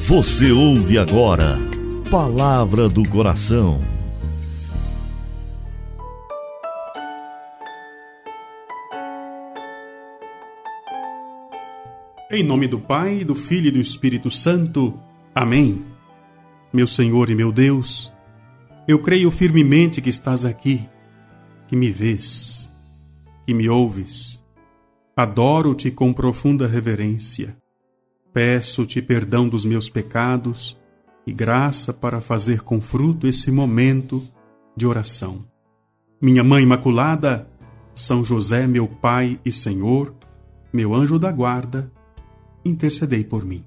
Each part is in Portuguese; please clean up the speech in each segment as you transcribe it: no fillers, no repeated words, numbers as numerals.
Você ouve agora Palavra do Coração. Em nome do Pai, do Filho e do Espírito Santo. Amém. Meu Senhor e meu Deus, eu creio firmemente que estás aqui, que me vês, que me ouves. Adoro-te com profunda reverência. Peço-te perdão dos meus pecados e graça para fazer com fruto esse momento de oração. Minha Mãe Imaculada, São José, meu Pai e Senhor, meu anjo da guarda, intercedei por mim.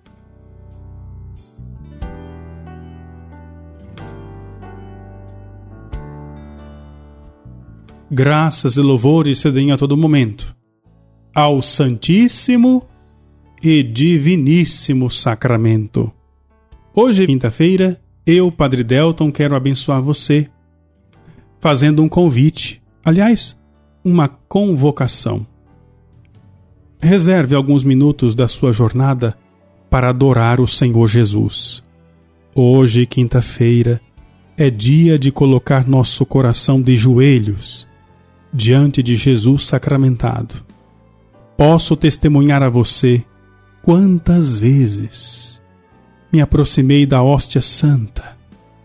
Graças e louvores se deem a todo momento ao Santíssimo e Diviníssimo Sacramento. Hoje, quinta-feira, eu, Padre Delton, quero abençoar você, fazendo um convite, aliás, uma convocação. Reserve alguns minutos da sua jornada para adorar o Senhor Jesus. Hoje, quinta-feira, é dia de colocar nosso coração de joelhos diante de Jesus sacramentado. Posso testemunhar a você quantas vezes me aproximei da hóstia santa,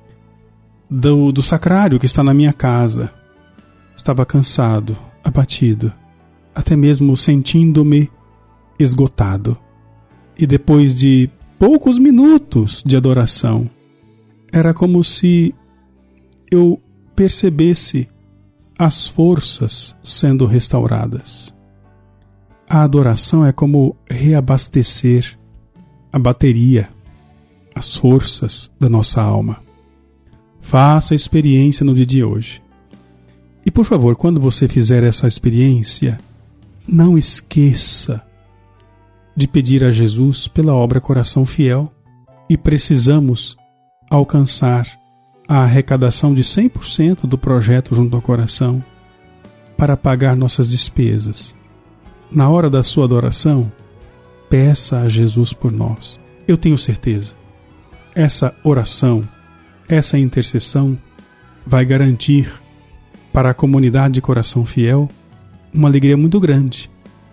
do sacrário que está na minha casa. Estava cansado, abatido, até mesmo sentindo-me esgotado. E depois de poucos minutos de adoração, era como se eu percebesse as forças sendo restauradas. A adoração é como reabastecer a bateria, as forças da nossa alma. Faça a experiência no dia de hoje. E por favor, quando você fizer essa experiência, não esqueça de pedir a Jesus pela obra Coração Fiel, e precisamos alcançar a arrecadação de 100% do projeto Junto ao Coração para pagar nossas despesas. Na hora da sua adoração, peça a Jesus por nós. Eu tenho certeza, essa oração, essa intercessão vai garantir para a comunidade de Coração Fiel uma alegria muito grande.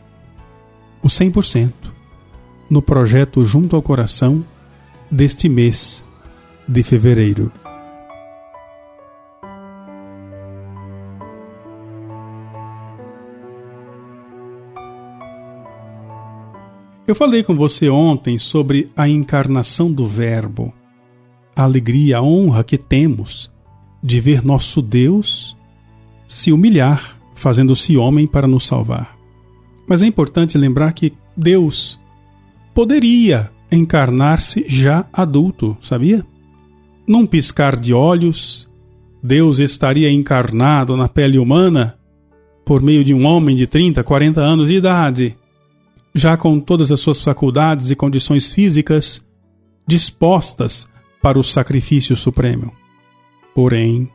O 100% no projeto Junto ao Coração deste mês de fevereiro. Eu falei com você ontem sobre a encarnação do Verbo, a alegria, a honra que temos de ver nosso Deus se humilhar, fazendo-se homem para nos salvar. Mas é importante lembrar que Deus poderia encarnar-se já adulto, sabia? Num piscar de olhos, Deus estaria encarnado na pele humana por meio de um homem de 30, 40 anos de idade, já com todas as suas faculdades e condições físicas dispostas para o sacrifício supremo. Porém,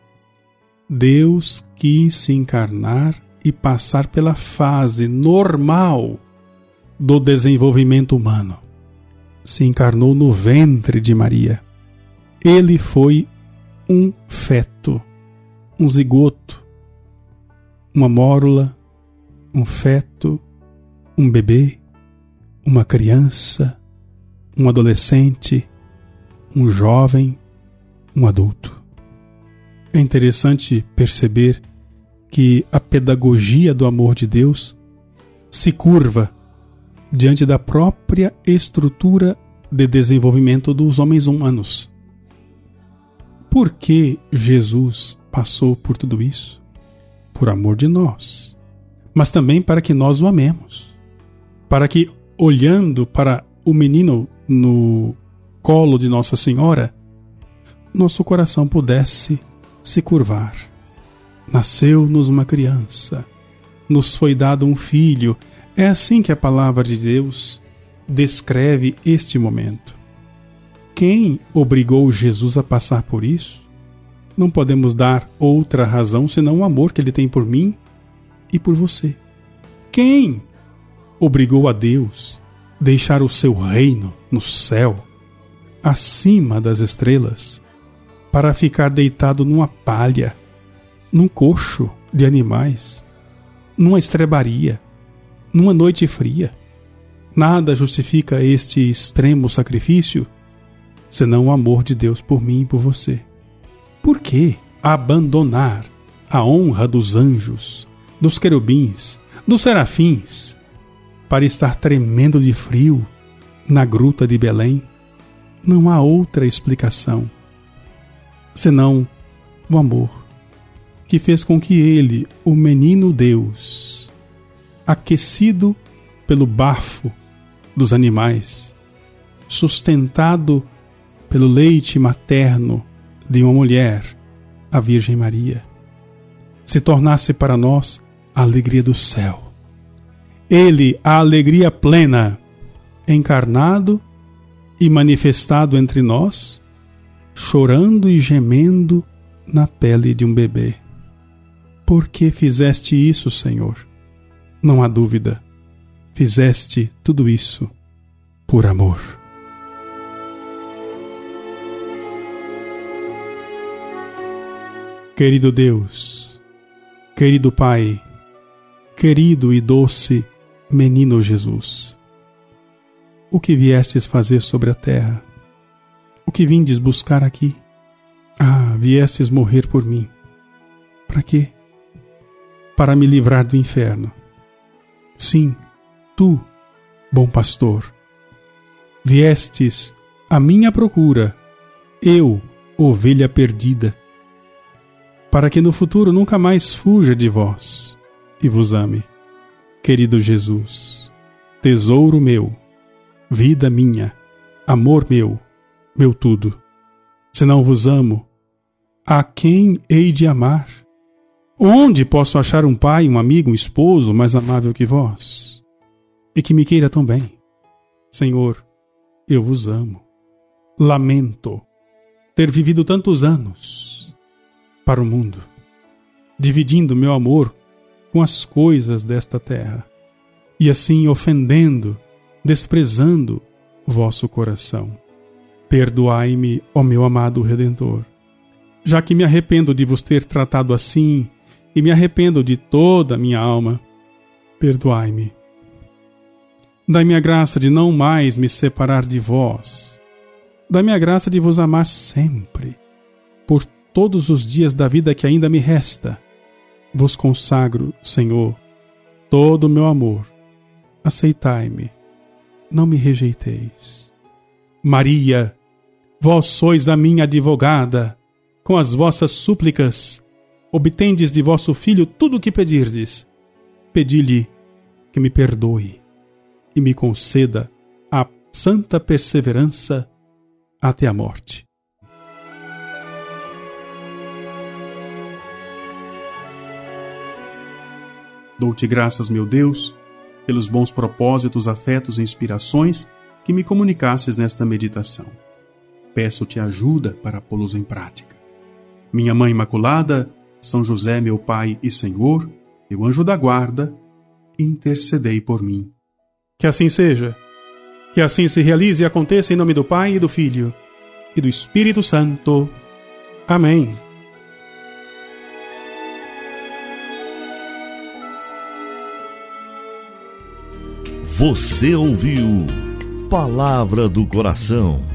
Deus quis se encarnar e passar pela fase normal do desenvolvimento humano. Se encarnou no ventre de Maria. Ele foi um feto, um zigoto, uma mórula, um feto, um bebê, uma criança, um adolescente, um jovem, um adulto. É interessante perceber que a pedagogia do amor de Deus se curva diante da própria estrutura de desenvolvimento dos homens humanos. Por que Jesus passou por tudo isso? Por amor de nós, mas também para que nós o amemos, para que, olhando para o menino no colo de Nossa Senhora, nosso coração pudesse se curvar. Nasceu-nos uma criança, nos foi dado um filho. É assim que a palavra de Deus descreve este momento. Quem obrigou Jesus a passar por isso? Não podemos dar outra razão senão o amor que ele tem por mim e por você. Quem obrigou a Deus a deixar o seu reino no céu acima das estrelas para ficar deitado numa palha, num coxo de animais, numa estrebaria, numa noite fria. Nada justifica este extremo sacrifício, senão o amor de Deus por mim e por você. Por que abandonar a honra dos anjos, dos querubins, dos serafins, para estar tremendo de frio na gruta de Belém? Não há outra explicação, senão o amor, que fez com que ele, o menino Deus, aquecido pelo bafo dos animais, sustentado pelo leite materno de uma mulher, a Virgem Maria, se tornasse para nós a alegria do céu. Ele, a alegria plena, encarnado e manifestado entre nós, chorando e gemendo na pele de um bebê. Por que fizeste isso, Senhor? Não há dúvida, fizeste tudo isso por amor. Querido Deus, querido Pai, querido e doce menino Jesus, o que viestes fazer sobre a terra? O que vindes buscar aqui? Viestes morrer por mim. Para quê? Para me livrar do inferno. Sim, tu, bom pastor, viestes à minha procura, eu, ovelha perdida, para que no futuro nunca mais fuja de vós e vos ame. Querido Jesus, tesouro meu, vida minha, amor meu, meu tudo. Se não vos amo, a quem hei de amar? Onde posso achar um pai, um amigo, um esposo mais amável que vós? E que me queira tão bem? Senhor, eu vos amo. Lamento ter vivido tantos anos para o mundo, dividindo meu amor com as coisas desta terra, e assim ofendendo, desprezando vosso coração. Perdoai-me, ó meu amado Redentor, já que me arrependo de vos ter tratado assim, e me arrependo de toda a minha alma. Perdoai-me. Dai-me a graça de não mais me separar de vós. Dai-me a graça de vos amar sempre, por todos os dias da vida que ainda me resta. Vos consagro, Senhor, todo o meu amor. Aceitai-me, não me rejeiteis. Maria, vós sois a minha advogada. Com as vossas súplicas, obtendes de vosso Filho tudo o que pedirdes. Pedi-lhe que me perdoe e me conceda a santa perseverança até a morte. Dou-te graças, meu Deus, pelos bons propósitos, afetos e inspirações que me comunicastes nesta meditação. Peço-te ajuda para pô-los em prática. Minha Mãe Imaculada, São José, meu Pai e Senhor, meu anjo da guarda, intercedei por mim. Que assim seja. Que assim se realize e aconteça em nome do Pai e do Filho e do Espírito Santo. Amém. Você ouviu Palavra do Coração.